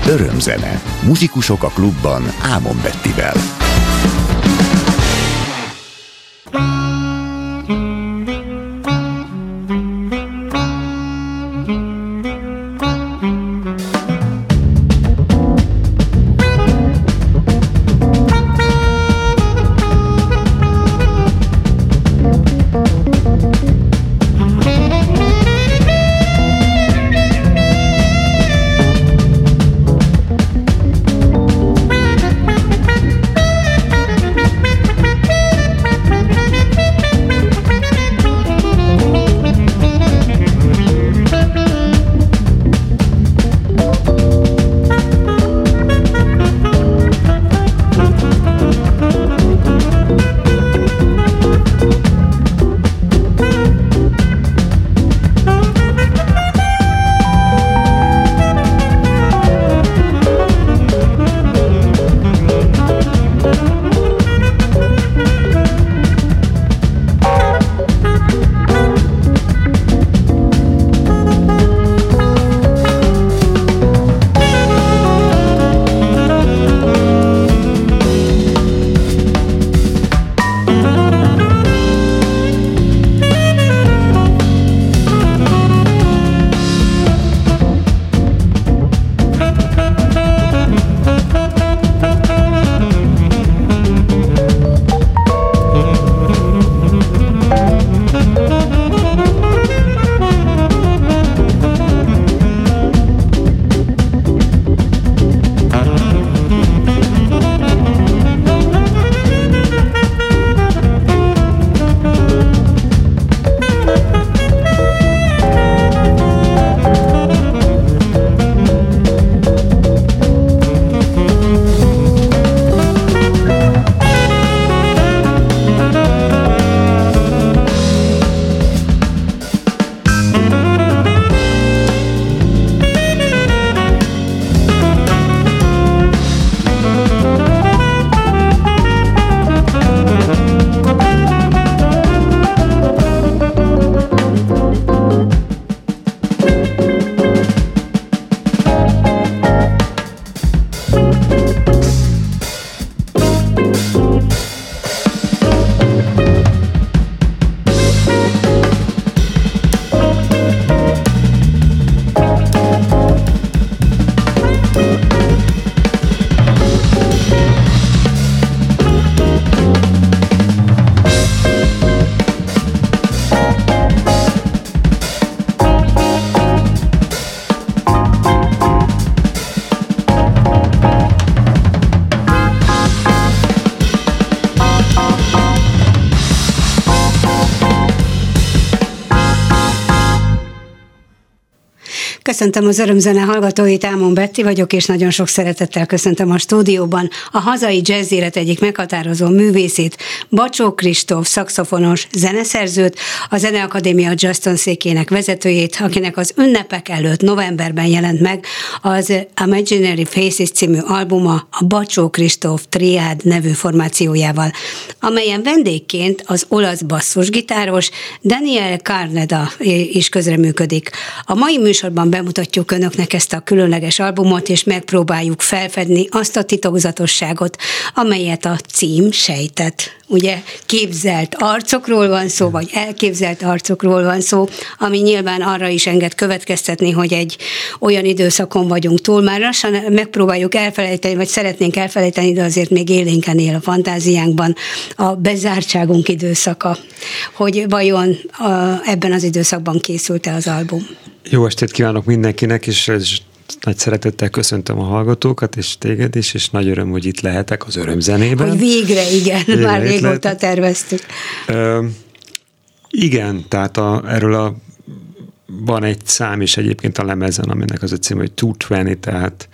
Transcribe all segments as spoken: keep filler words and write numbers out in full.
Örömzene. Muzsikusok a klubban Ámon Bettivel. Köszöntöm az Örömzene hallgatóit, Ámon Betti vagyok, és nagyon sok szeretettel köszöntöm a stúdióban a hazai jazz élet egyik meghatározó művészét, Bacsó Kristóf szaxofonos zeneszerzőt, a Zeneakadémia jazz tanszékének vezetőjét, akinek az ünnepek előtt novemberben jelent meg az Imaginary Faces című albuma a Bacsó Kristóf Triád nevű formációjával, amelyen vendégként az olasz basszusgitáros Daniel Carneda is közreműködik. A mai műsorban bemutatjuk önöknek ezt a különleges albumot, és megpróbáljuk felfedni azt a titokzatosságot, amelyet a cím sejtett. Ugye képzelt arcokról van szó, vagy elképzelt arcokról van szó, ami nyilván arra is enged következtetni, hogy egy olyan időszakon vagyunk túl, már lassan megpróbáljuk elfelejteni, vagy szeretnénk elfelejteni, de azért még élénken él a fantáziánkban a bezártságunk időszaka, hogy vajon a, ebben az időszakban készült-e az album. Jó estét kívánok mindenkinek, és nagy szeretettel köszöntöm a hallgatókat, és téged is, és nagy öröm, hogy itt lehetek az Örömzenében. Hogy végre, igen, végre már régóta lehetek. Terveztük. Ö, igen, tehát a, erről a, van egy szám is egyébként a lemezen, aminek az a cím, hogy kétszázhúsz, tehát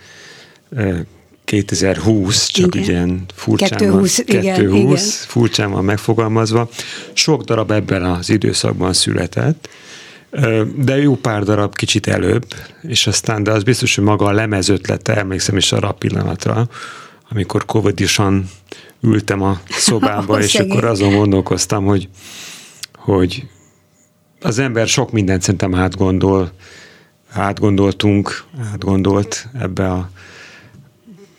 kétezer-húsz, csak igen. Ilyen furcsán kétezer-húsz, van, igen, kétezer-húsz, igen. furcsán van megfogalmazva. Sok darab ebben az időszakban született, de jó pár darab kicsit előbb, és aztán, de az biztos, hogy maga a lemez ötlete, emlékszem is arra a pillanatra, amikor covidosan ültem a szobába, és szegény. Akkor azon gondolkoztam, hogy, hogy az ember sok mindent szerintem átgondol, átgondoltunk, átgondolt ebbe a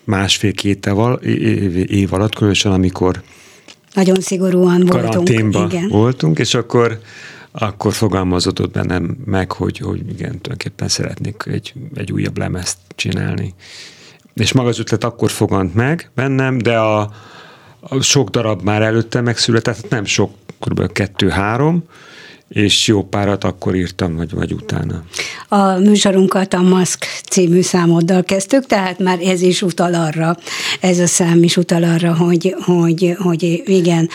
másfél-két év, év alatt, különösen amikor nagyon szigorúan voltunk. Karanténban igen. voltunk, és akkor, akkor fogalmazódott bennem meg, hogy, hogy igen, tulajdonképpen szeretnék egy, egy újabb lemezt csinálni. És maga az ötlet akkor fogant meg bennem, de a, a sok darab már előtte megszületett, nem sok, kb. kettő-három, és jó párat akkor írtam, vagy, vagy utána. A műsorunkat a Maszk című számoddal kezdtük, tehát már ez is utal arra, ez a szám is utal arra, hogy, hogy, hogy igen,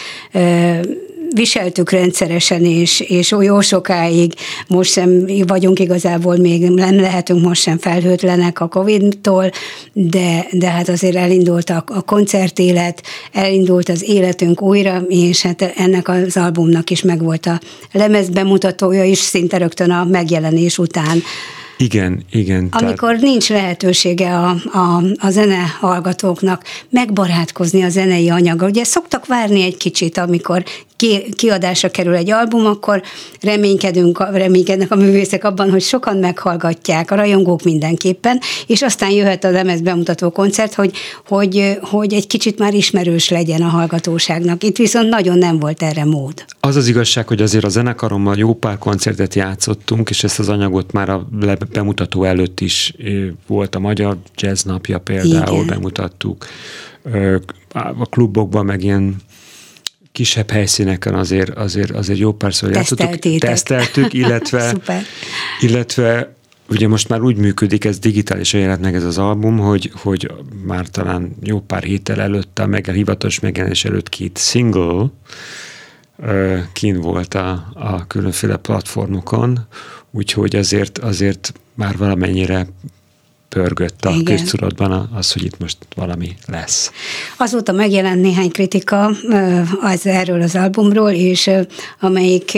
viseltük rendszeresen, és, és jó sokáig, most sem vagyunk igazából, még nem lehetünk most sem felhőtlenek a Covid-tól, de, de hát azért elindult a, a koncertélet, elindult az életünk újra, és hát ennek az albumnak is megvolt a lemez bemutatója is szinte rögtön a megjelenés után. Igen, igen. Amikor tehát... nincs lehetősége a, a, a zenehallgatóknak megbarátkozni a zenei anyaggal. Ugye szoktak várni egy kicsit, amikor ki, kiadásra kerül egy album, akkor reménykedünk, reménykednek a művészek abban, hogy sokan meghallgatják, a rajongók mindenképpen, és aztán jöhet a lemez bemutató koncert, hogy, hogy, hogy egy kicsit már ismerős legyen a hallgatóságnak. Itt viszont nagyon nem volt erre mód. Az az igazság, hogy azért a zenekarommal jó pár koncertet játszottunk, és ezt az anyagot már a bemutató előtt is volt, a Magyar Jazz Napja például, igen, bemutattuk. A klubokban meg ilyen kisebb helyszíneken azért, azért, azért jó párszor játszottuk, teszteltük, illetve, illetve ugye most már úgy működik, ez digitálisan jelent meg ez az album, hogy, hogy már talán jó pár héttel előtte, meg a hivatalos megjelenés előtt két single kín volt a, a különféle platformokon, úgyhogy azért, azért már valamennyire pörgött a köztudatban az, hogy itt most valami lesz. Azóta megjelent néhány kritika az erről az albumról, és amelyik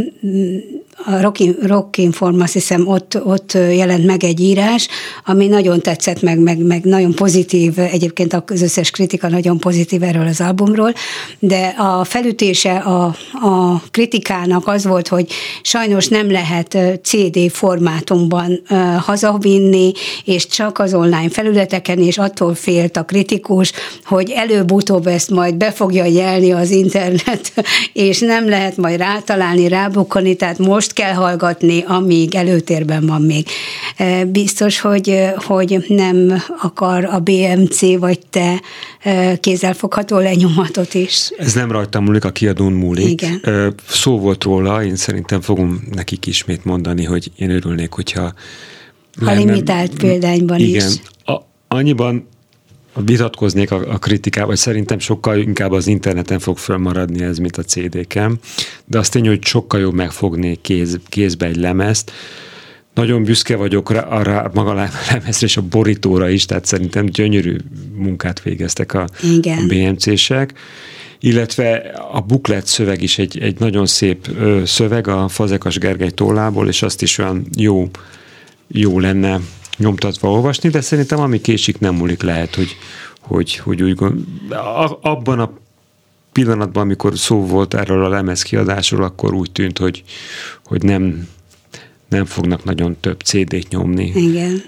a Rock, Rock Inform, azt hiszem, ott, ott jelent meg egy írás, ami nagyon tetszett, meg, meg, meg nagyon pozitív, egyébként az összes kritika nagyon pozitív erről az albumról, de a felütése a, a kritikának az volt, hogy sajnos nem lehet cé dé formátumban hazavinni, és csak az online felületeken, és attól félt a kritikus, hogy előbb-utóbb ezt majd be fogja jelni az internet, és nem lehet majd rátalálni, rábukkani, tehát most kell hallgatni, amíg előtérben van még. Biztos, hogy, hogy nem akar a bé em cé vagy te kézzelfogható lenyomatot is. Ez nem rajtam múlik, a kiadón múlik. Igen. Szó volt róla, én szerintem fogom nekik ismét mondani, hogy én örülnék, hogyha a lenne, limitált példányban igen, is. A, annyiban vitatkoznék a, a kritikával, szerintem sokkal inkább az interneten fog fölmaradni ez, mint a cé dé-ken, de azt tény, hogy sokkal jobb megfogni kéz, kézbe egy lemezt. Nagyon büszke vagyok arra maga lemezre és a borítóra is, tehát szerintem gyönyörű munkát végeztek a, a bé em cé-sek. Illetve a buklet szöveg is egy, egy nagyon szép ö, szöveg a Fazekas Gergely tollából, és azt is olyan jó, jó lenne nyomtatva olvasni, de szerintem ami késik, nem múlik, lehet, hogy, hogy, hogy úgy gond... abban a pillanatban, amikor szó volt erről a lemezkiadásról, akkor úgy tűnt, hogy, hogy nem, nem fognak nagyon több cé dét nyomni. Igen.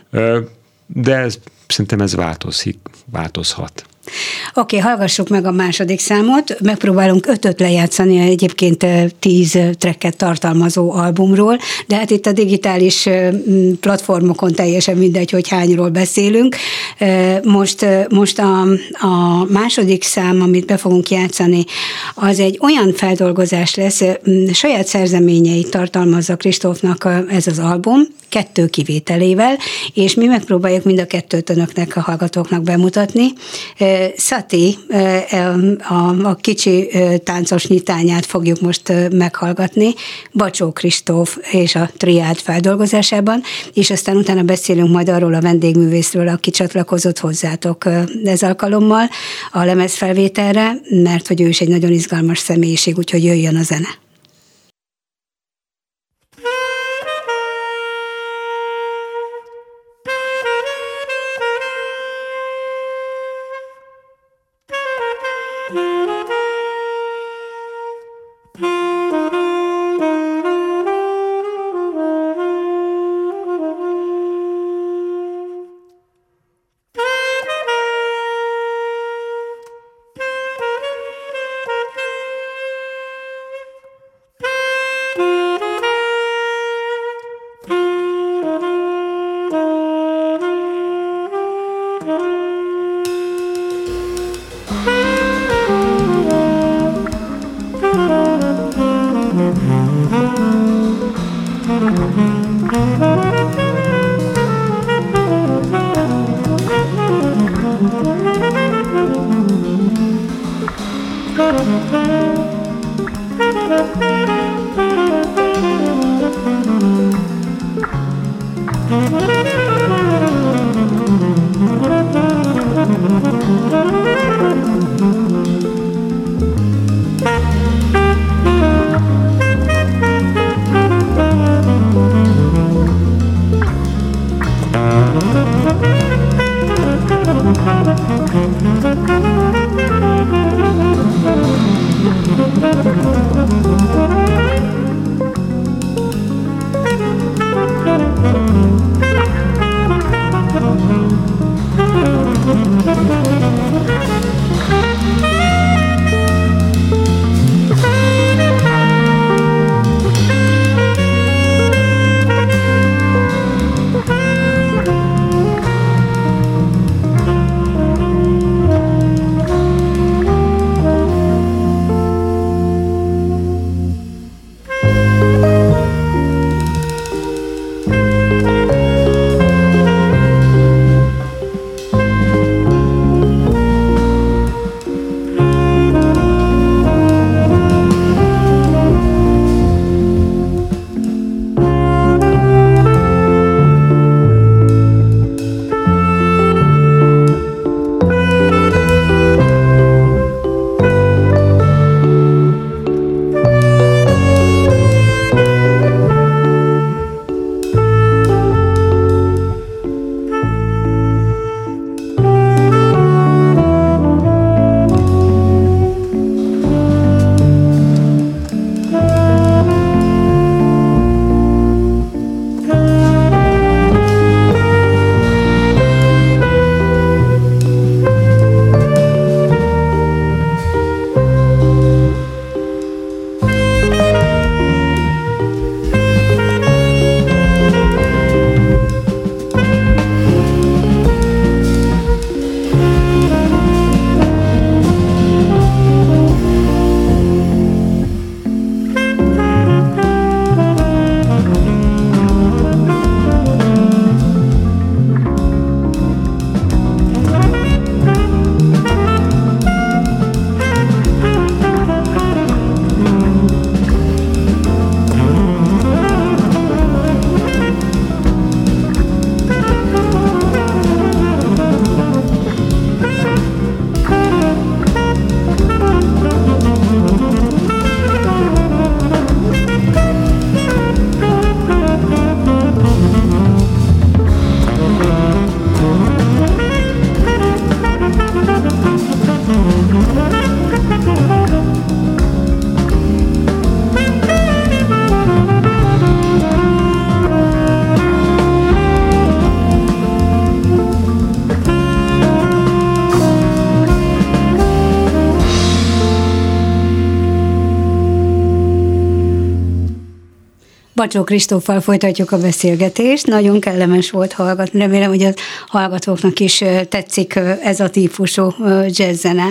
De ez, szerintem ez változik, változhat. Oké, okay, hallgassuk meg a második számot. Megpróbálunk ötöt lejátszani egyébként tíz tracket tartalmazó albumról, de hát itt a digitális platformokon teljesen mindegy, hogy hányról beszélünk. Most, most a, a második szám, amit be fogunk játszani, az egy olyan feldolgozás lesz, saját szerzeményeit tartalmazza Kristófnak ez az album, kettő kivételével, és mi megpróbáljuk mind a kettőt önöknek, a hallgatóknak bemutatni. Szati, a, a kicsi táncos nyitányát fogjuk most meghallgatni, Bacsó Kristóf és a triád feldolgozásában, és aztán utána beszélünk majd arról a vendégművészről, aki csatlakozott hozzátok ez alkalommal a lemezfelvételre, mert hogy ő is egy nagyon izgalmas személyiség, úgyhogy jöjjön a zene. Bacsó Kristóffal folytatjuk a beszélgetést. Nagyon kellemes volt hallgatni. Remélem, hogy a hallgatóknak is tetszik ez a típusú jazzzene.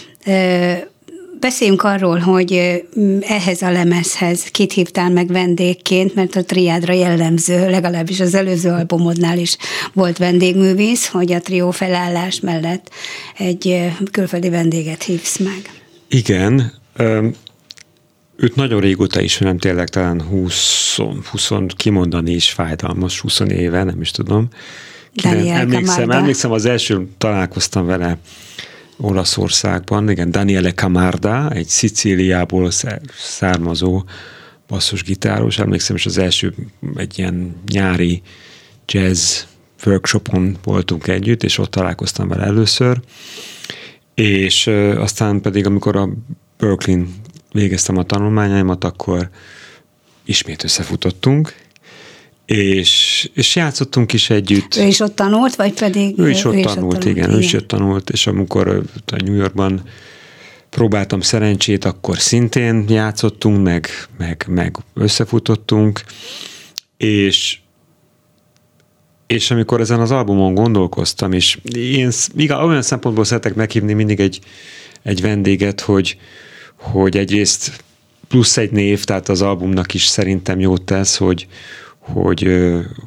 Beszéljünk arról, hogy ehhez a lemezhez kit hívtál meg vendégként, mert a triádra jellemző, legalábbis az előző albumodnál is volt vendégművész, hogy a trió felállás mellett egy külföldi vendéget hívsz meg. Igen, őt nagyon régóta ismerem, tényleg talán húsz, húsz kimondani is fájdalmas, húsz éve, nem is tudom. Daniel emlékszem, Camarda. emlékszem, az első találkoztam vele Olaszországban, igen, Daniele Camarda, egy Szicíliából származó basszusgitáros, emlékszem, és az első egy ilyen nyári jazz workshopon voltunk együtt, és ott találkoztam vele először, és aztán pedig, amikor a Berkeley-n végeztem a tanulmányaimat, akkor ismét összefutottunk, és, és játszottunk is együtt. Ő is ott tanult, vagy pedig... Ő is ott ő tanult, is ott tanult, igen, igen. ő is ott tanult, és amikor New Yorkban próbáltam szerencsét, akkor szintén játszottunk, meg, meg, meg összefutottunk, és és amikor ezen az albumon gondolkoztam, és én igaz, olyan szempontból szeretek meghívni mindig egy, egy vendéget, hogy, hogy egyrészt plusz egy név, tehát az albumnak is szerintem jót tesz, hogy, hogy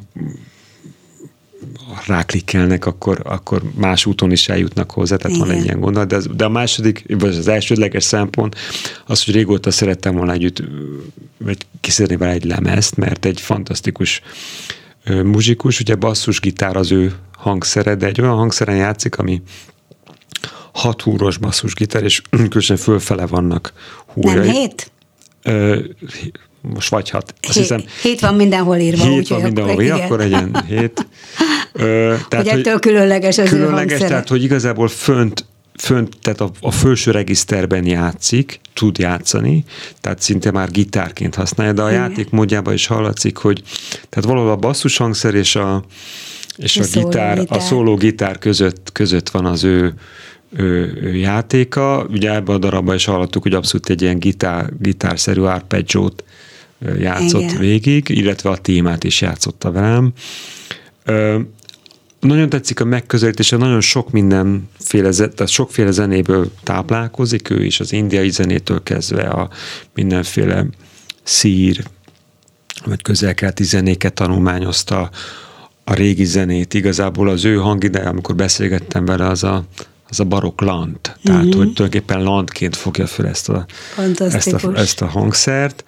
ráklikkelnek, akkor, akkor más úton is eljutnak hozzá, tehát igen. Van egy ilyen gondolat, de, de a második, vagy az elsődleges szempont az, hogy régóta szerettem volna együtt, vagy kiszedni vele egy lemezt, mert egy fantasztikus ö, muzsikus, ugye basszusgitár az ő hangszere, de egy olyan hangszeren játszik, ami hat húros basszusgitár, és különösen fölfele vannak húrjai. Nem hét? Ö, most vagy hat. Azt hét, hiszem, hét van mindenhol írva. Hét úgy, van mindenhol akkor, írva, akkor legyen hét. Ö, tehát, hogy ettől különleges az különleges, ő hangszere. tehát, hogy igazából fönt, fönt tehát a, a felső regiszterben játszik, tud játszani, tehát szinte már gitárként használja, de a igen. játékmódjában is hallatszik, hogy tehát valahol a basszus hangszer és a, és a, a gitár, gitár, a szóló gitár között, között van az ő Ő, ő játéka. Ugye ebben a darabban is hallottuk, hogy abszolút egy ilyen gitár, gitárszerű arpeggiót játszott igen. végig, illetve a témát is játszotta velem. Ö, nagyon tetszik a megközelítése, nagyon sok mindenféle, tehát sokféle zenéből táplálkozik, ő is az indiai zenétől kezdve a mindenféle szír, vagy közel-keleti zenéket tanulmányozta, a régi zenét. Igazából az ő hangideje, amikor beszélgettem vele, az a az a barokk lant. Tehát, uh-huh. hogy tulajdonképpen lantként fogja fel ezt a, ezt a, ezt a hangszert.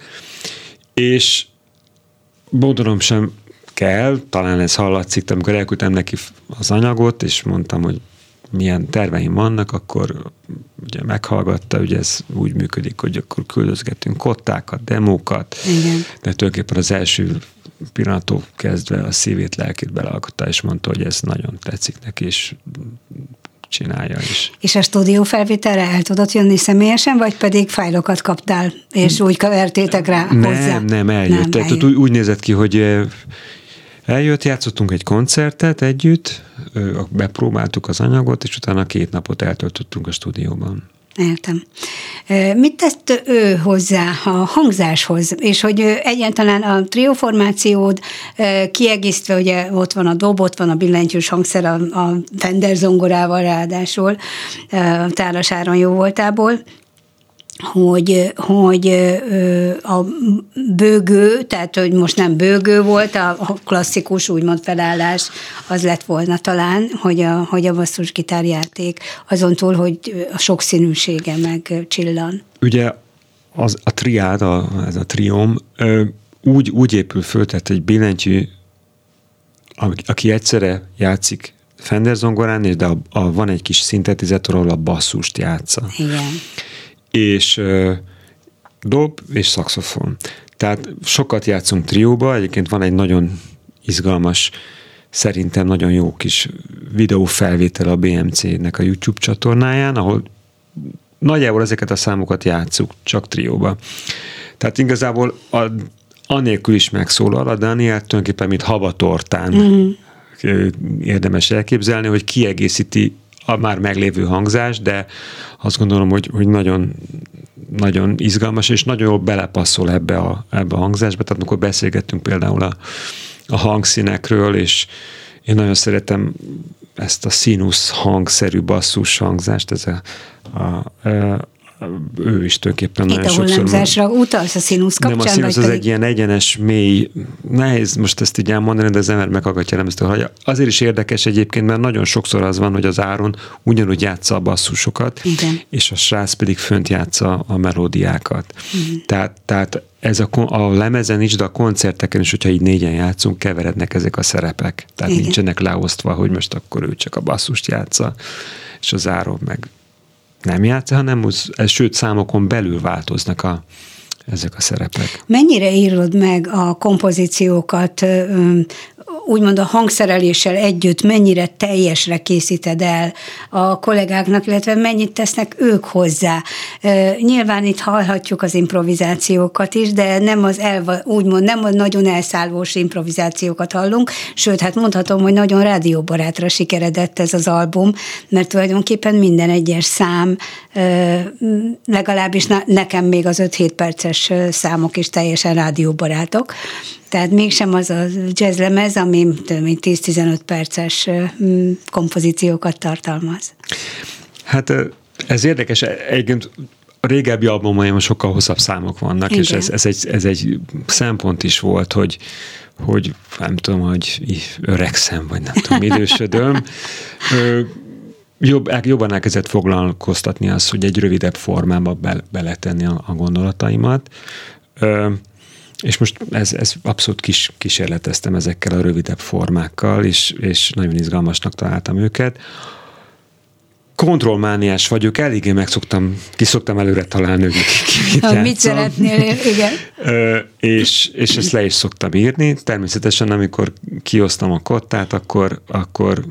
És bódolom sem kell, talán ez hallatszik, amikor elküldtem neki az anyagot, és mondtam, hogy milyen terveim vannak, akkor ugye meghallgatta, ugye ez úgy működik, hogy akkor küldözgetünk kottákat, demókat, igen. de tulajdonképpen az első pillanattól kezdve a szívét, lelkét belealkotta, és mondta, hogy ez nagyon tetszik neki, és csinálja is. És a stúdiófelvételre el tudott jönni személyesen, vagy pedig fájlokat kaptál, és úgy kevertétek rá nem, hozzá? Nem, eljött. Nem, Tehát eljött. Úgy, úgy nézett ki, hogy eljött, játszottunk egy koncertet együtt, bepróbáltuk az anyagot, és utána két napot eltöltöttünk a stúdióban. Értem. Mit tett ő hozzá a hangzáshoz, és hogy egyáltalán a trióformációd kiegészítve, ugye ott van a dob, ott van a billentyűs hangszer a, a Fender zongorával ráadásul, Tálas Áron jó voltából, hogy, hogy a bőgő, tehát hogy most nem bőgő volt, a klasszikus úgymond felállás az lett volna talán, hogy a, hogy a basszusgitárjáték azon túl, hogy a sokszínűsége meg csillan. Ugye az, a triád, a, ez a trióm úgy, úgy épül föl, tehát egy billentyű, aki egyszerre játszik Fender zongorán, de a, a, van egy kis szintetizátor, ahol a basszust játsza. Igen. És uh, dob és szaxofon. Tehát sokat játszunk trióba, egyébként van egy nagyon izgalmas, szerintem nagyon jó kis videófelvétel a bé em cé-nek a YouTube csatornáján, ahol nagyjából ezeket a számokat játsszuk, csak trióba. Tehát igazából a, anélkül is megszólal, a Daniel tulajdonképpen mint havatortán mm. érdemes elképzelni, hogy kiegészíti a már meglévő hangzás, de azt gondolom, hogy, hogy nagyon, nagyon izgalmas, és nagyon jól belepasszol ebbe a, ebbe a hangzásba. Tehát amikor beszélgettünk például a, a hangszínekről, és én nagyon szeretem ezt a színusz hangszerű basszus hangzást, ez a, a, a ő is tulajdonképpen nagyon sokszor... Itt a hullámzásra utalsz a színusz kapcsán? Nem, a színusz az pedig... egy ilyen egyenes, mély, nehéz most ezt így elmondani, de az ember meghallgatja lemeztől. Azért is érdekes egyébként, mert nagyon sokszor az van, hogy az Áron ugyanúgy játsza a basszusokat, igen. és a srác pedig fönt játsza a melódiákat. Mm. Tehát, tehát ez a, a lemezen is, de a koncerteken is, hogyha így négyen játszunk, keverednek ezek a szerepek. Tehát igen. nincsenek leosztva, hogy most akkor ő csak a basszust játsza, és az Áron meg nem játsza, hanem az, sőt, számokon belül változnak a, ezek a szerepek. Mennyire írod meg a kompozíciókat, úgymond a hangszereléssel együtt, mennyire teljesre készíted el a kollégáknak, illetve mennyit tesznek ők hozzá? Nyilván itt hallhatjuk az improvizációkat is, de nem az elva, úgymond nem a nagyon elszállós improvizációkat hallunk, sőt, hát mondhatom, hogy nagyon rádióbarátra sikeredett ez az album, mert tulajdonképpen minden egyes szám, legalábbis nekem még az öt-hét perces számok is teljesen rádióbarátok. Tehát mégsem az a jazzlemez, ami tíz-tizenöt perces kompozíciókat tartalmaz. Hát ez érdekes. Egyébként a régebbi albumjaimon sokkal hosszabb számok vannak, igen. és ez, ez, egy, ez egy szempont is volt, hogy, hogy nem tudom, hogy öregszem, vagy nem tudom, idősödöm. Jobb, jobban elkezdett foglalkoztatni az, hogy egy rövidebb formába be, beletenni a, a gondolataimat. Ö, és most ez, ez abszolút kis, kísérleteztem ezekkel a rövidebb formákkal, és, és nagyon izgalmasnak találtam őket. Kontrollmániás vagyok, eléggé megszoktam, kiszoktam előre találni, hogy ki, mit, mit szeretnél, igen. Ö, és, és ezt le is szoktam írni. Természetesen, amikor kiosztam a kottát, akkor, akkor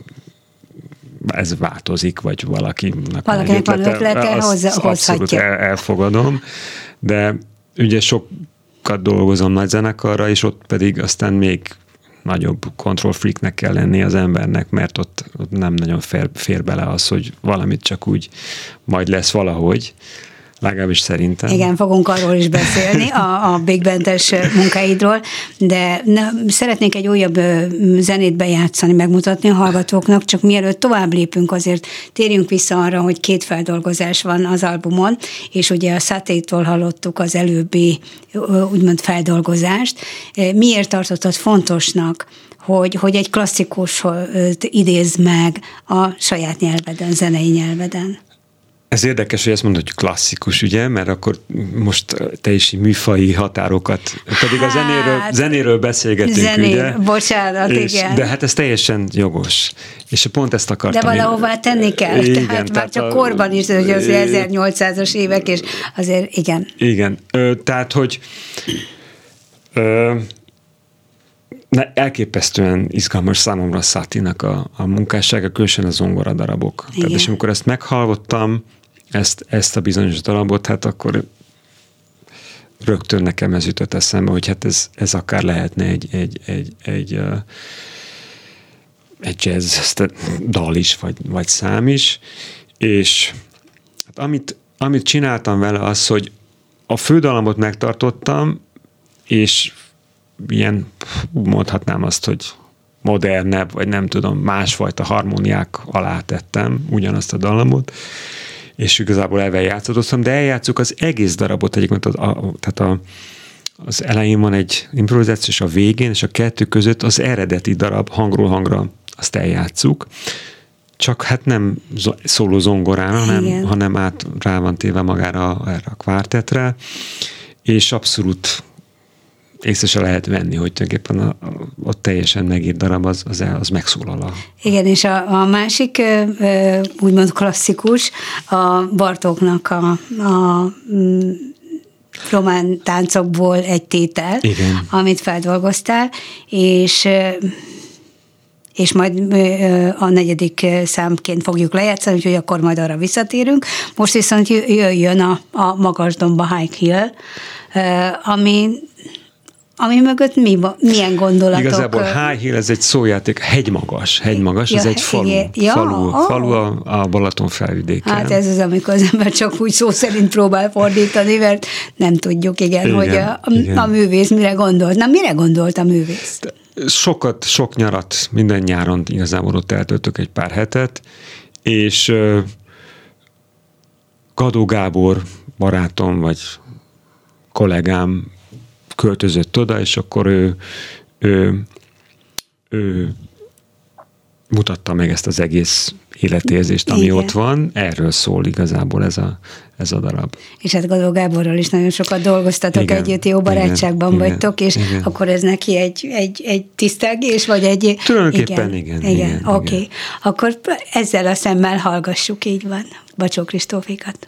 ez változik, vagy valakinek Valakinek van ötlete, ötlete hozzá, hozhatja. El, elfogadom, de ugye sokat dolgozom nagy zenekarra, és ott pedig aztán még nagyobb control freaknek kell lenni az embernek, mert ott, ott nem nagyon fér, fér bele az, hogy valamit csak úgy majd lesz valahogy, legalábbis szerintem. Igen, fogunk arról is beszélni, a, a Big Band-es munkáidról, de ne, szeretnék egy újabb zenét bejátszani, megmutatni a hallgatóknak, csak mielőtt tovább lépünk, azért térjünk vissza arra, hogy két feldolgozás van az albumon, és ugye a Saté-tól hallottuk az előbbi úgymond feldolgozást. Miért tartottad fontosnak, hogy, hogy egy klasszikus idéz meg a saját nyelveden, zenei nyelveden? Ez érdekes, hogy ezt mondod, hogy klasszikus, ugye, mert akkor most te is műfaji határokat, pedig hát, a zenéről, zenéről beszélgetünk, zenér, ugye? Bocsánat, és, igen. De hát ez teljesen jogos. És pont ezt akartam. De valahová tenni kell. Igen, tehát már csak a, korban is, hogy az ezernyolcszázas évek, és azért igen. Igen. Ö, tehát, hogy ö, ne, elképesztően izgalmas számomra Satie-nak a, a munkássága, különösen a zongora darabok. Tehát, és amikor ezt meghallottam, ezt, ezt a bizonyos darabot, hát akkor rögtön nekem ez jutott eszembe, hogy hát ez, ez akár lehetne egy, egy, egy, egy, egy jazz dal is, vagy, vagy szám is, és hát amit, amit csináltam vele az, hogy a fődalamot megtartottam, és ilyen, mondhatnám azt, hogy modernebb, vagy nem tudom, másfajta harmóniák alá tettem ugyanazt a dallamot, és igazából ebben játszottam, de eljátszuk az egész darabot egyébként, a, a, tehát a, az elején van egy improvizáció, és a végén, és a kettő között az eredeti darab hangról hangra azt eljátszuk, csak hát nem szóló zongorára, hanem, hanem át rá van téve magára erre a kvártetre, és abszolút észre se lehet venni, hogy tulajdonképpen a, a, a teljesen megírt darab az, az, az megszólal. A... Igen, és a, a másik úgymond klasszikus a Bartóknak a, a román táncokból egy tétel, igen, amit feldolgoztál, és és majd a negyedik számként fogjuk lejátszani, úgyhogy akkor majd arra visszatérünk. Most viszont jöjjön a, a Magasdomba High Hill, ami Ami mögött mi, milyen gondolatok? Igazából High Hill, ez egy szójáték, hegymagas, hegymagas, ja, ez egy falu, ja, falu, oh. falu a, a Balaton felvidéken. Hát ez az, amikor az ember csak úgy szó szerint próbál fordítani, mert nem tudjuk, igen, igen hogy a, igen. a művész mire gondolt. Na, mire gondolt a művész? Sokat, sok nyarat, minden nyáron igazából ott eltöltök egy pár hetet, és uh, Gadó Gábor barátom, vagy kollégám költözött oda, és akkor ő, ő, ő mutatta meg ezt az egész életérzést, ami igen. ott van. Erről szól igazából ez a, ez a darab. És hát Gadó Gáborral is nagyon sokat dolgoztatok igen, együtt, jó barátságban igen, vagytok, és igen. akkor ez neki egy, egy, egy tisztelgés, vagy egy... Tulajdonképpen igen. Igen, igen, igen oké. Okay. Akkor ezzel a szemmel hallgassuk, így van, Bacsó Kristófikat.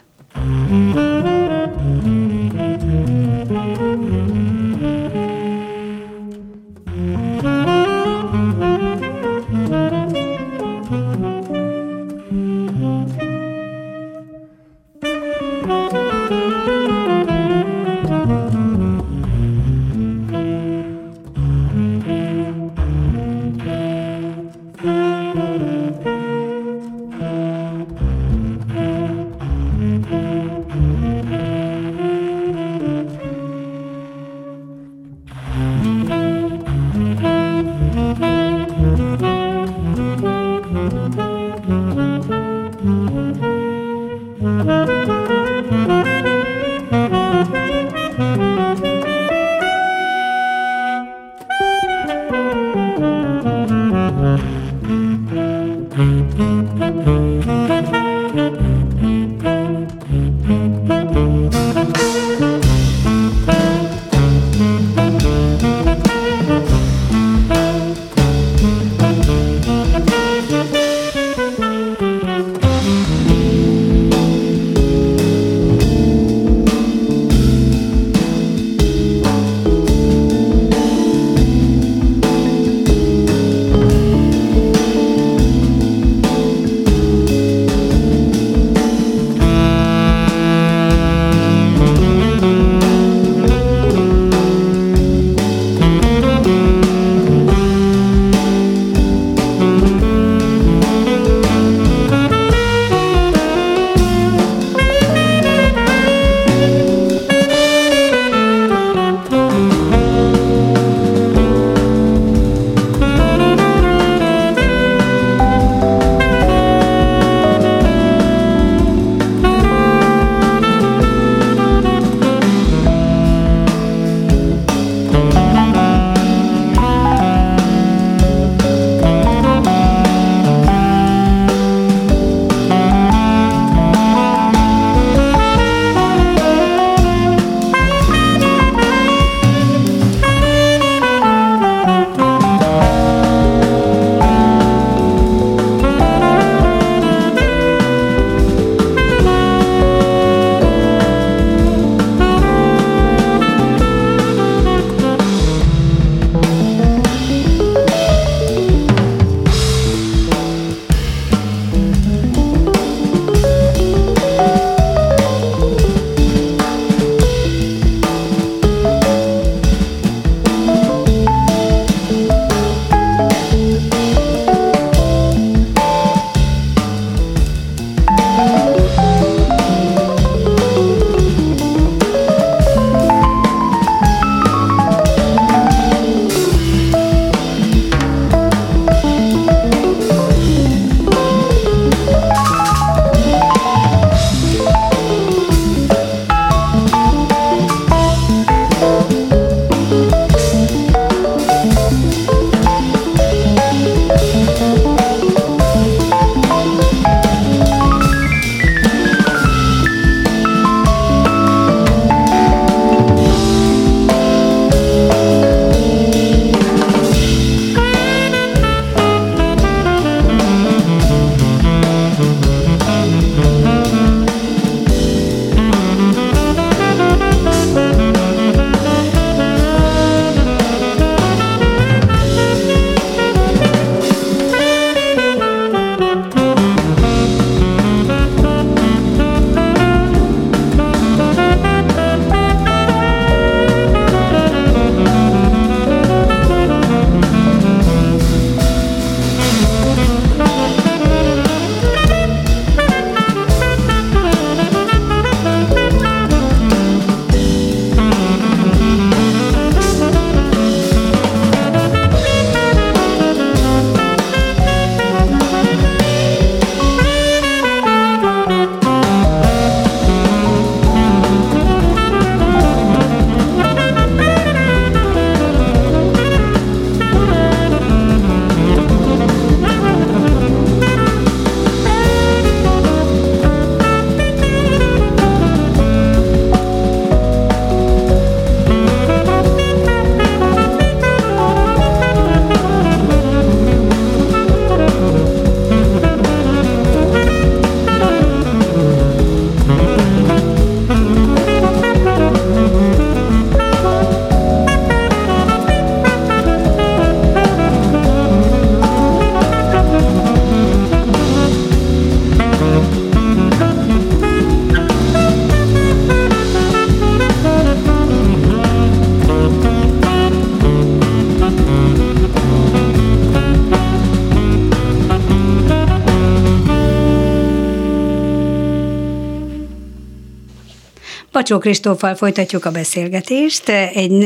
Bacsó Kristóffal folytatjuk a beszélgetést. Egy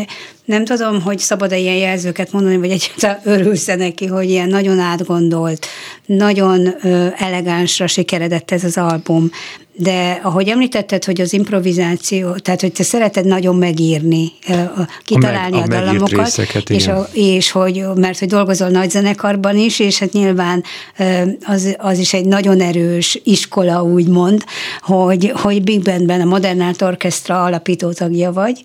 Nem tudom, hogy szabad-e ilyen jelzőket mondani, vagy egyáltalán örülsz neki, hogy ilyen nagyon átgondolt, nagyon ö, elegánsra sikeredett ez az album. De ahogy említetted, hogy az improvizáció, tehát hogy te szereted nagyon megírni, kitalálni a, meg, a, a dallamokat, és, a, és hogy, mert hogy dolgozol nagy zenekarban is, és hát nyilván az, az is egy nagyon erős iskola, úgymond, hogy, hogy Big Bandben a Modern Art Orchestra alapító tagja vagy,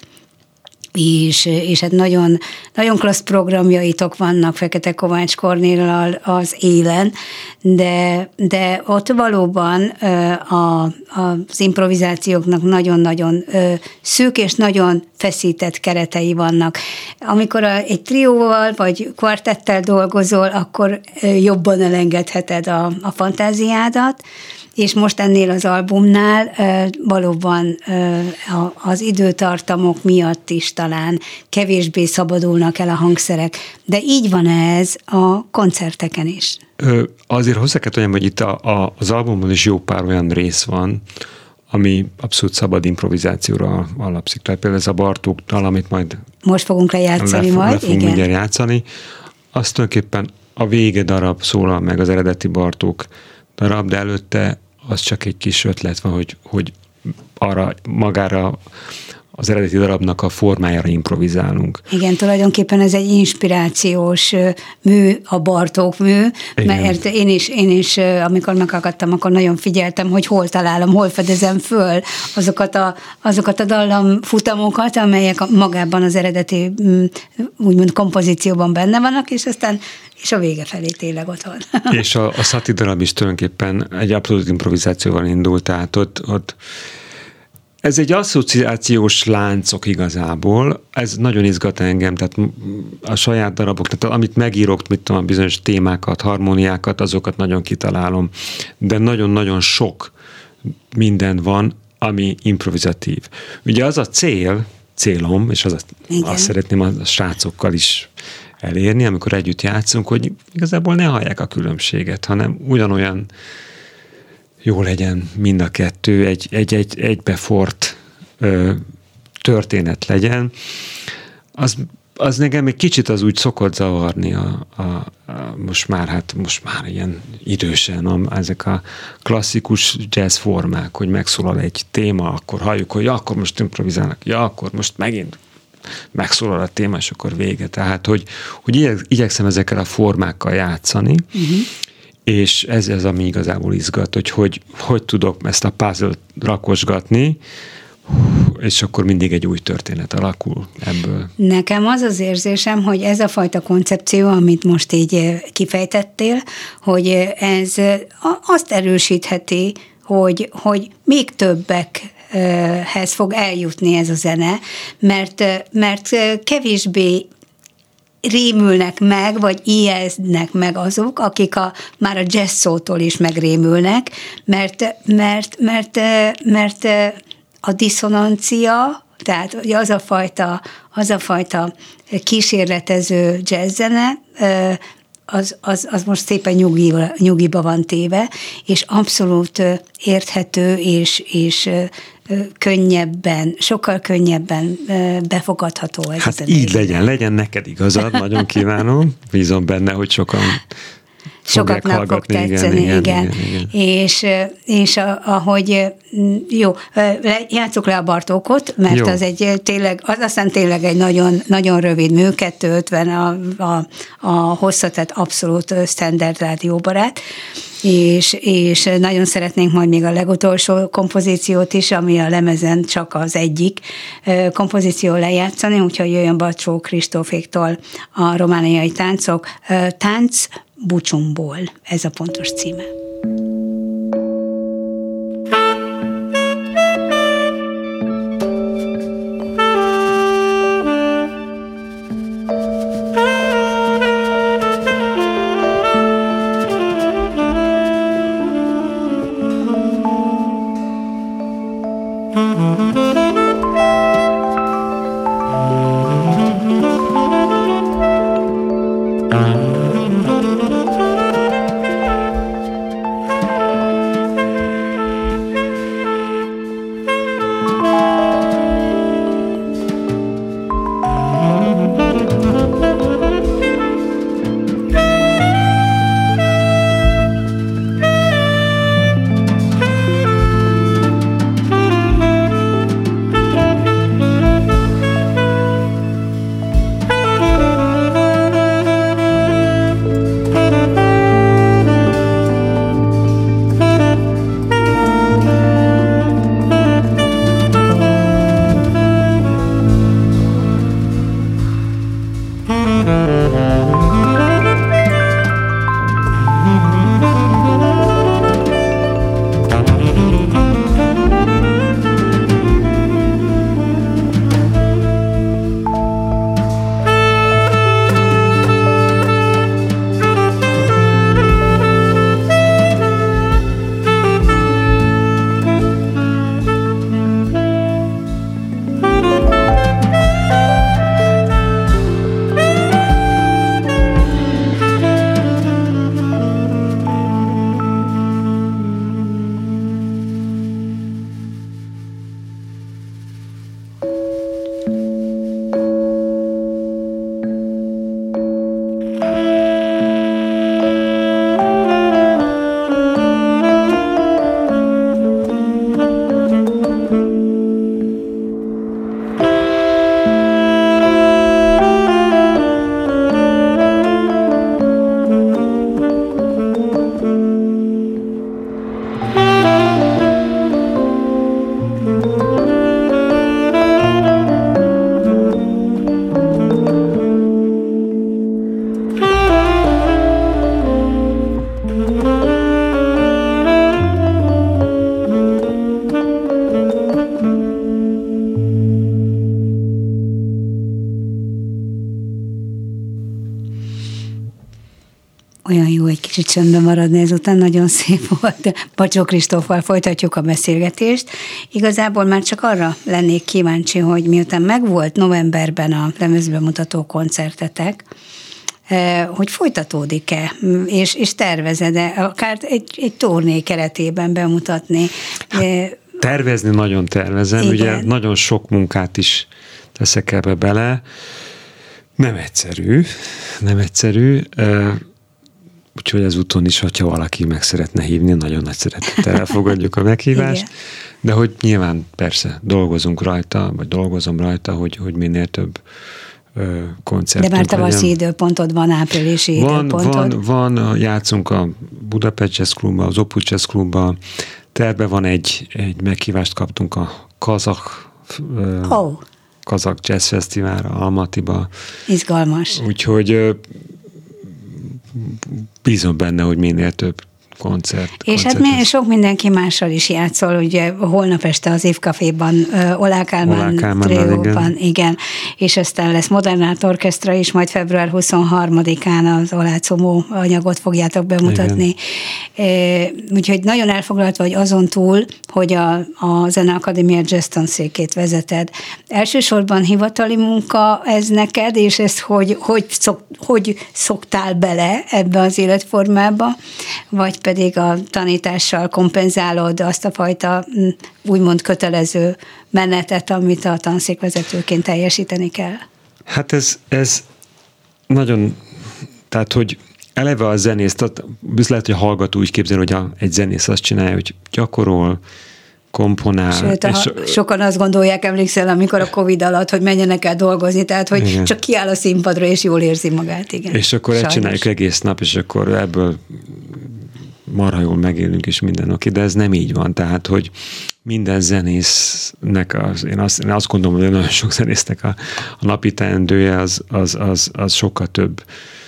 és, és hát nagyon, nagyon klassz programjaitok vannak Fekete Kovács Kornéllal az élen, de, de ott valóban a, az improvizációknak nagyon-nagyon szűk és nagyon feszített keretei vannak. Amikor egy trióval vagy kvartettel dolgozol, akkor jobban elengedheted a, a fantáziádat, és most ennél az albumnál valóban az időtartamok miatt is talán kevésbé szabadulnak el a hangszerek, de így van ez a koncerteken is. Ö, azért hozzá kell tudjam, hogy itt a, a, az albumon is jó pár olyan rész van, ami abszolút szabad improvizációra alapszik. Tehát például ez a Bartók dal, amit majd most fogunk lejátszani le, majd, le fogunk igen. mindjárt játszani. Azt tulajdonképpen a vége darab szólal meg az eredeti Bartók darab, de előtte az csak egy kis ötlet van, hogy, hogy arra magára az eredeti darabnak a formájára improvizálunk. Igen, tulajdonképpen ez egy inspirációs mű, a Bartók mű, igen. Mert én is, én is, amikor meghallgattam, akkor nagyon figyeltem, hogy hol találom, hol fedezem föl azokat a, azokat a dallamfutamokat, amelyek magában az eredeti úgymond kompozícióban benne vannak, és aztán és a vége felé tényleg ott van. És a, a Szati darab is tulajdonképpen egy abszolút improvizációval indult, tehát ott, ott ez egy asszociációs láncok igazából, ez nagyon izgat engem, tehát a saját darabok, tehát amit megírok, mit tudom, bizonyos témákat, harmóniákat, azokat nagyon kitalálom, de nagyon-nagyon sok minden van, ami improvizatív. Ugye az a cél, célom, és az a, azt szeretném a srácokkal is elérni, amikor együtt játszunk, hogy igazából ne hallják a különbséget, hanem ugyanolyan jó legyen mind a kettő, egy, egy, egy egybefort ö, történet legyen. Az, az nekem egy kicsit az úgy szokott zavarni a, a, a, most már, hát most már ilyen idősen a, ezek a klasszikus jazz formák, hogy megszólal egy téma, akkor halljuk, hogy ja, akkor most improvizálnak, ja, akkor most megint megszólal a téma, és akkor vége. Tehát, hogy, hogy igyekszem ezekkel a formákkal játszani, uh-huh. és ez az, ami igazából izgat, hogy hogy, hogy tudok ezt a puzzle-t rakosgatni, és akkor mindig egy új történet alakul ebből. Nekem az az érzésem, hogy ez a fajta koncepció, amit most így kifejtettél, hogy ez azt erősítheti, hogy, hogy még többekhez fog eljutni ez a zene, mert, mert kevésbé rémülnek meg, vagy ijesztnek meg azok, akik a, már a jazz szótól is megrémülnek, mert, mert, mert, mert a diszonancia, tehát ugye az a fajta, az a fajta kísérletező jazzzene, az, az, az most szépen nyugiba, nyugiba van téve, és abszolút érthető, és, és könnyebben, sokkal könnyebben befogadható ez. Hát így legyen, legyen neked igazad, nagyon kívánom, bízom benne, hogy sokan sokaknak fog tetszeni, igen, igen, igen, igen. És, és ahogy jó, játsszuk le a Bartókot, mert jó. az egy tényleg, az aztán tényleg egy nagyon, nagyon rövid mű, kettő ötven a, a, a hossza, tehát abszolút standard rádióbarát, és, és nagyon szeretnénk majd még a legutolsó kompozíciót is, ami a lemezen csak az egyik kompozíció lejátszani, úgyhogy jöjjön Bacsó Kristóféktól a romániai táncok, Tánc Bucsumból, ez a pontos címe. Olyan jó egy kicsit csöndben maradni, ezután nagyon szép volt. Bacsó Kristóffal folytatjuk a beszélgetést. Igazából már csak arra lennék kíváncsi, hogy miután megvolt novemberben a lemezbemutató koncertetek, hogy folytatódik-e, és, és tervezed-e akár egy, egy turné keretében bemutatni? Hát, tervezni nagyon tervezem, igen. Ugye nagyon sok munkát is teszek ebbe bele. Nem egyszerű, nem egyszerű, úgyhogy ezúton is, hogyha valaki meg szeretne hívni, nagyon nagy szeretettel elfogadjuk a meghívást, igen. De hogy nyilván persze dolgozunk rajta, vagy dolgozom rajta, hogy, hogy minél több koncertünk. De már tavaszi időpontod van, áprilisi van, időpontod. Van, van, játszunk a Budapest Jazz Clubba, az Opus Jazz Clubba, terve van egy, egy meghívást kaptunk a kazak oh. Kazak Jazz Fesztiválra, Almatiba. Izgalmas. Úgyhogy bízom benne, hogy minél több koncert. És hát mi, sok mindenki mással is játszol, ugye holnap este az Évcaféban, Oláh Kálmán trióban, igen. igen, és aztán lesz Modern Art Orchestra is, majd február huszonharmadikán az Oláh Comó anyagot fogjátok bemutatni. Igen. Úgyhogy nagyon elfoglalt vagy azon túl, hogy a, a Zeneakadémia jazz tanszékét vezeted. Elsősorban hivatali munka ez neked, és ezt hogy, hogy, szok, hogy szoktál bele ebbe az életformába, vagy pedig a tanítással kompenzálod azt a fajta úgymond kötelező menetet, amit a tanszékvezetőként teljesíteni kell? Hát ez, ez nagyon, tehát hogy eleve a zenész, tehát lehet, hogy a hallgató úgy képzel, hogy a, egy zenész azt csinálja, hogy gyakorol, komponál. Sőt, és sokan azt gondolják, emlékszel, amikor a Covid alatt, hogy menjenek el dolgozni, tehát, hogy igen. csak kiáll a színpadra, és jól érzi magát, igen. És akkor ezt csináljuk egész nap, és akkor ebből marha jól megélünk is minden oké, de ez nem így van, tehát, hogy minden zenésznek, az, én, azt, én azt gondolom, hogy nagyon sok zenésznek a, a napi teendője az, az, az, az sokkal több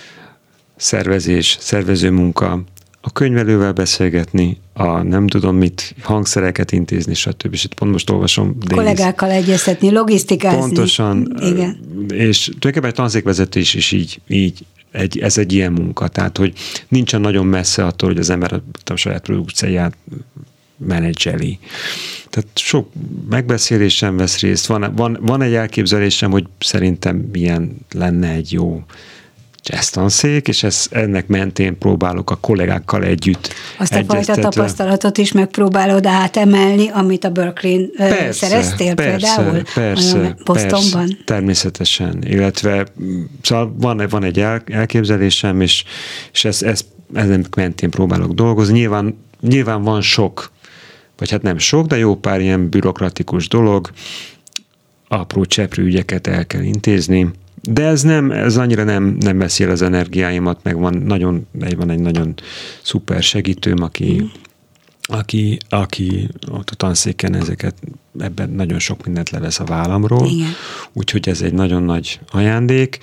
szervezés, szervező munka, a könyvelővel beszélgetni, a nem tudom mit, hangszereket intézni, stb. És itt pont most olvasom. Kollégákkal egyeztetni, logisztikázni. Pontosan. Igen. És tulajdonképpen egy tanszékvezető is, is így, így egy, ez egy ilyen munka, tehát hogy nincsen nagyon messze attól, hogy az ember a, a saját produkcióját menedzseli. Tehát sok megbeszélésen vesz részt. Van, van, van egy elképzelésem, hogy szerintem milyen lenne egy jó jazz tanszék, és ez, ennek mentén próbálok a kollégákkal együtt azt a fajta tapasztalatot is megpróbálod átemelni, amit a Berkeley-n persze, szereztél persze, például? Persze, Bostonban? Persze, természetesen. Illetve szóval van, van egy el, elképzelésem, és, és ez, ez, ennek mentén próbálok dolgozni. Nyilván, nyilván van sok, vagy hát nem sok, de jó pár ilyen bürokratikus dolog, apró cseprő ügyeket el kell intézni, de ez nem, ez annyira nem, nem veszi el az energiáimat, meg van nagyon, van egy nagyon szuper segítőm, aki, mm. aki, aki ott a tanszéken ezeket, ebben nagyon sok mindent levesz a vállamról, igen. Úgyhogy ez egy nagyon nagy ajándék.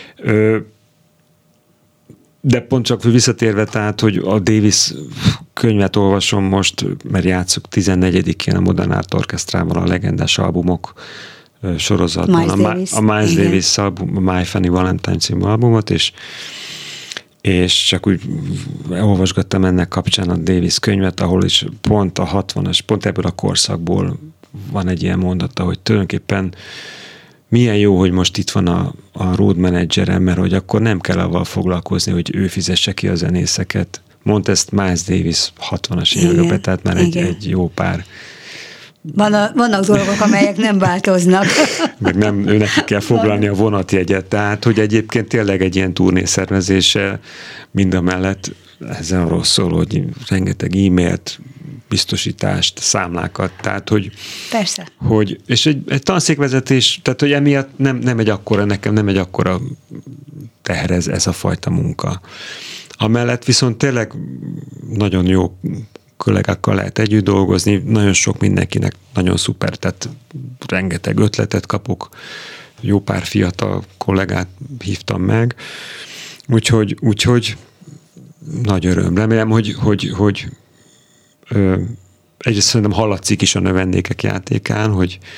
De pont csak visszatérve, tehát, hogy a Davis könyvet olvasom most, mert játszuk tizennegyedikén a Modern Art Orchestrával a legendás albumok sorozatban, Miles a, Davis, a Miles igen. Davis album, a My Funny Valentine című albumot, és, és csak úgy olvasgattam ennek kapcsán a Davis könyvet, ahol is pont a hatvanas, pont ebből a korszakból van egy ilyen mondata, hogy tulajdonképpen milyen jó, hogy most itt van a, a road managerem, mert hogy akkor nem kell avval foglalkozni, hogy ő fizesse ki a zenészeket. Mondta ezt Miles Davis hatvanas években, tehát már egy, egy jó pár. Van a, vannak dolgok, amelyek nem változnak. Meg nem, ő neki kell foglalni a vonatjegyet, tehát hogy egyébként tényleg egy ilyen turnészervezése mindamellett ezen arról szól, hogy rengeteg e-mailt, biztosítást, számlákat, tehát hogy... Persze. Hogy, és egy, egy tanszékvezetés, tehát hogy emiatt nem, nem egy akkora, nekem nem egy akkora teher ez, ez a fajta munka. Amellett viszont tényleg nagyon jó kollégákkal lehet együtt dolgozni, nagyon sok mindenkinek nagyon szuper, tehát rengeteg ötletet kapok, jó pár fiatal kollégát hívtam meg, úgyhogy, úgyhogy nagy öröm. Remélem, hogy, hogy, hogy ö, egyrészt szerintem hallatszik is a növendékek játékán, hogy,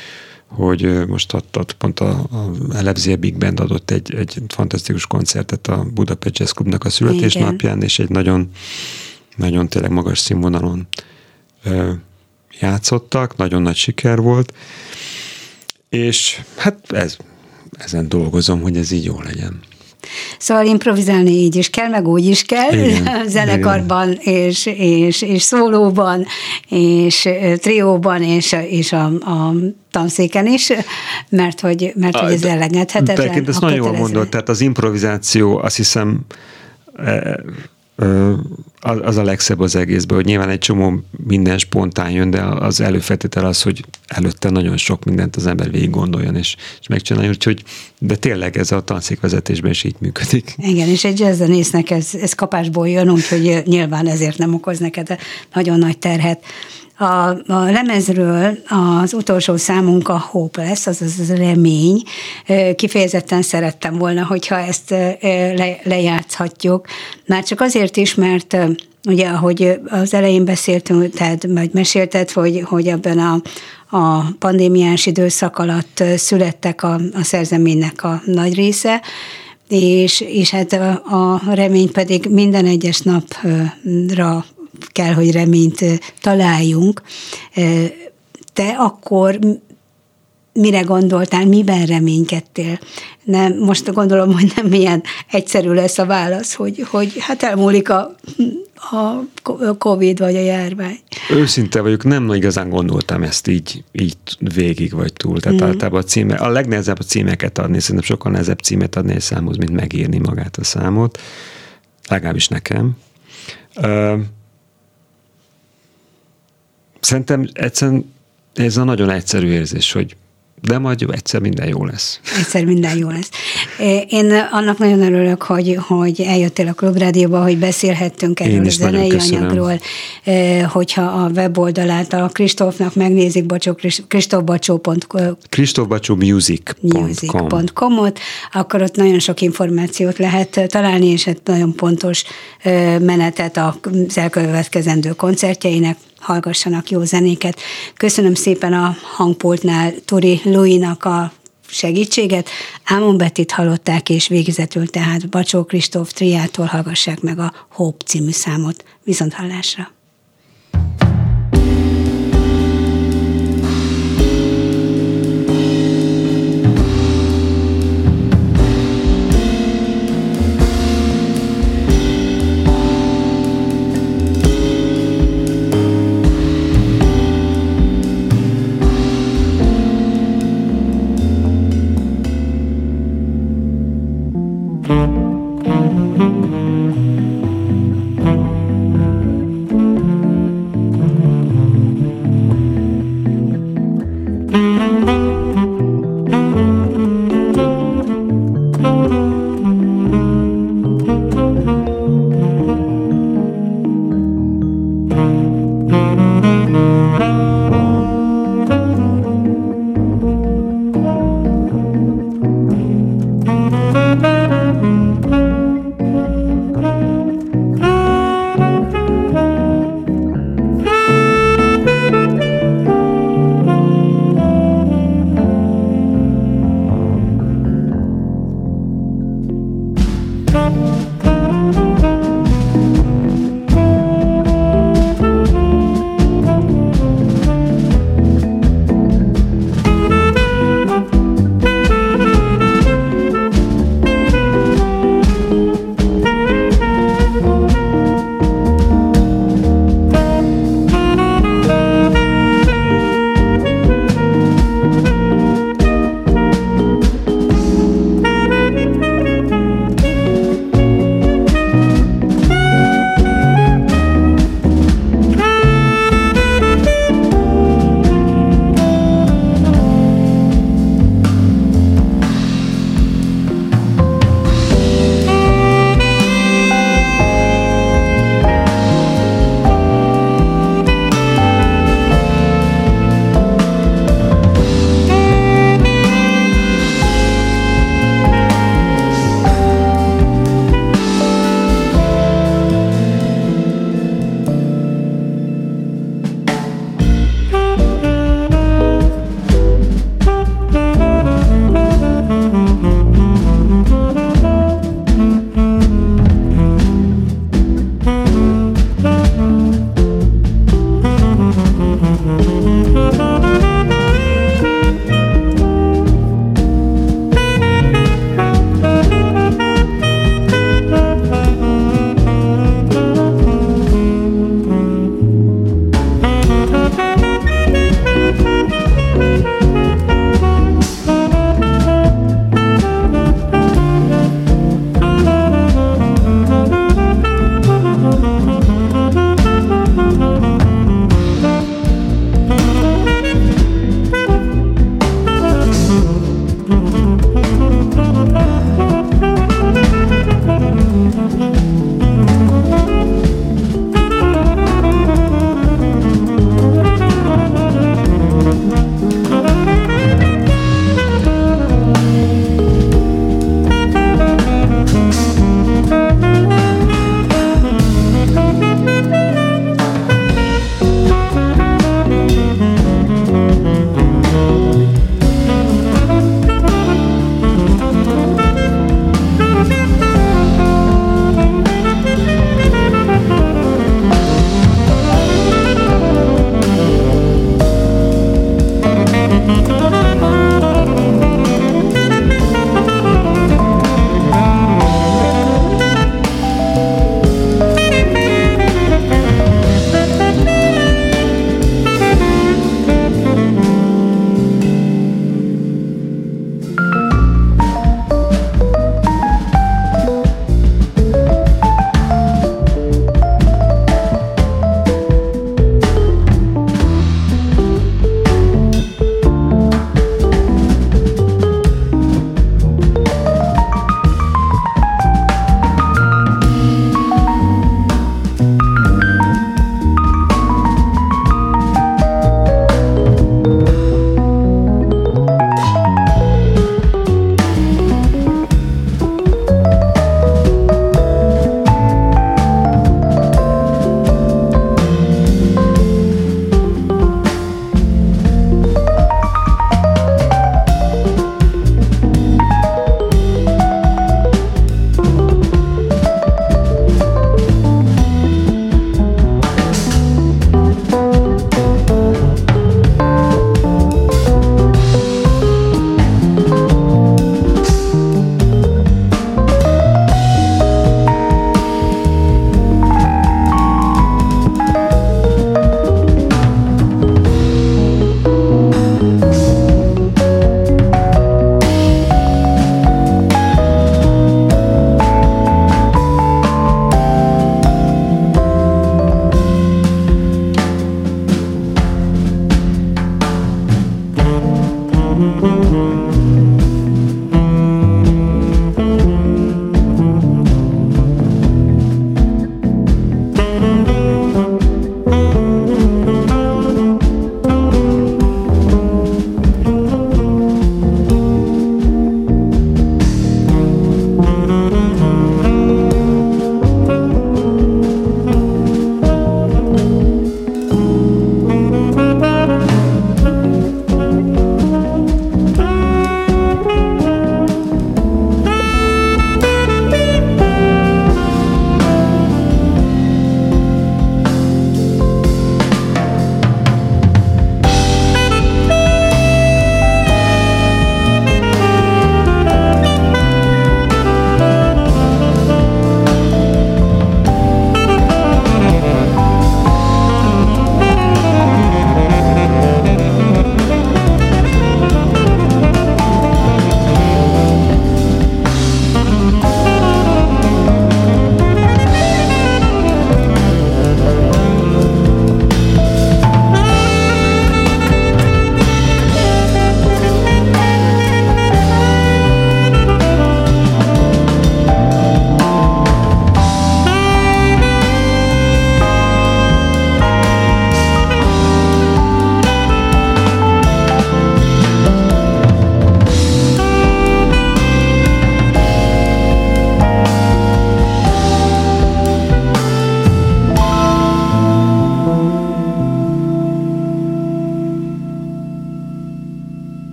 hogy most adott, pont a, a Elebzi Big Band adott egy, egy fantasztikus koncertet a Budapest Jazz Clubnak a születésnapján, és egy nagyon, nagyon tényleg magas színvonalon ö, játszottak, nagyon nagy siker volt, és hát ez, ezen dolgozom, hogy ez így jó legyen. Szóval improvizálni így is kell, meg úgy is kell, igen, zenekarban, és, és, és szólóban, és trióban, és, és a, a tanszéken is, mert hogy, mert a, hogy ez elengedhetetlen. Tekint, ezt nagyon jól mondod, tehát az improvizáció, azt hiszem, az a legszebb az egészben, hogy nyilván egy csomó minden spontán jön, de az előfeltétel az, hogy előtte nagyon sok mindent az ember végig gondoljon, és, és megcsinálja, úgyhogy, de tényleg ez a tanszékvezetésben is így működik. Igen, és egy jazzzenésznek ez, ez kapásból jön, úgyhogy nyilván ezért nem okoz neked nagyon nagy terhet. A, a lemezről az utolsó számunk a Hope lesz, azaz az remény. Kifejezetten szerettem volna, hogyha ezt le, lejátszhatjuk. Már csak azért is, mert ugye, ahogy az elején beszéltünk, tehát vagy mesélted, hogy, hogy ebben a, a pandémiás időszak alatt születtek a, a szerzeménynek a nagy része, és, és hát a, a remény pedig minden egyes napra kell, hogy reményt találjunk. Te akkor mire gondoltál, miben reménykedtél? Nem, most gondolom, hogy nem ilyen egyszerű lesz a válasz, hogy, hogy hát elmúlik a, a Covid vagy a járvány. Őszinte vagyok, nem igazán gondoltam ezt így, így végig vagy túl. Tehát mm. általában a címe, a legnehezebb a címeket adni, szerintem sokkal nehezebb címet adni egy számhoz, mint megírni magát a számot. Legalábbis nekem. Szerintem egyszerűen ez a nagyon egyszerű érzés, hogy de majd jó, egyszer minden jó lesz. Egyszer minden jó lesz. Én annak nagyon örülök, hogy, hogy eljöttél a Klubrádióba, hogy beszélhettünk erről a zenei anyagról, hogyha a weboldalát a Kristófnak megnézik, kristófbacsó pont com kristófbacsó music pont com-ot, akkor ott nagyon sok információt lehet találni, és egy nagyon pontos menetet az elkövetkezendő koncertjeinek, hallgassanak jó zenéket. Köszönöm szépen a hangpultnál Turi Louis-nak a segítséget. Ámon Bettit hallották, és végezetül tehát Bacsó Kristóf triától hallgassák meg a Hope című számot. Viszont hallásra!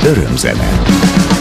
Örömzene.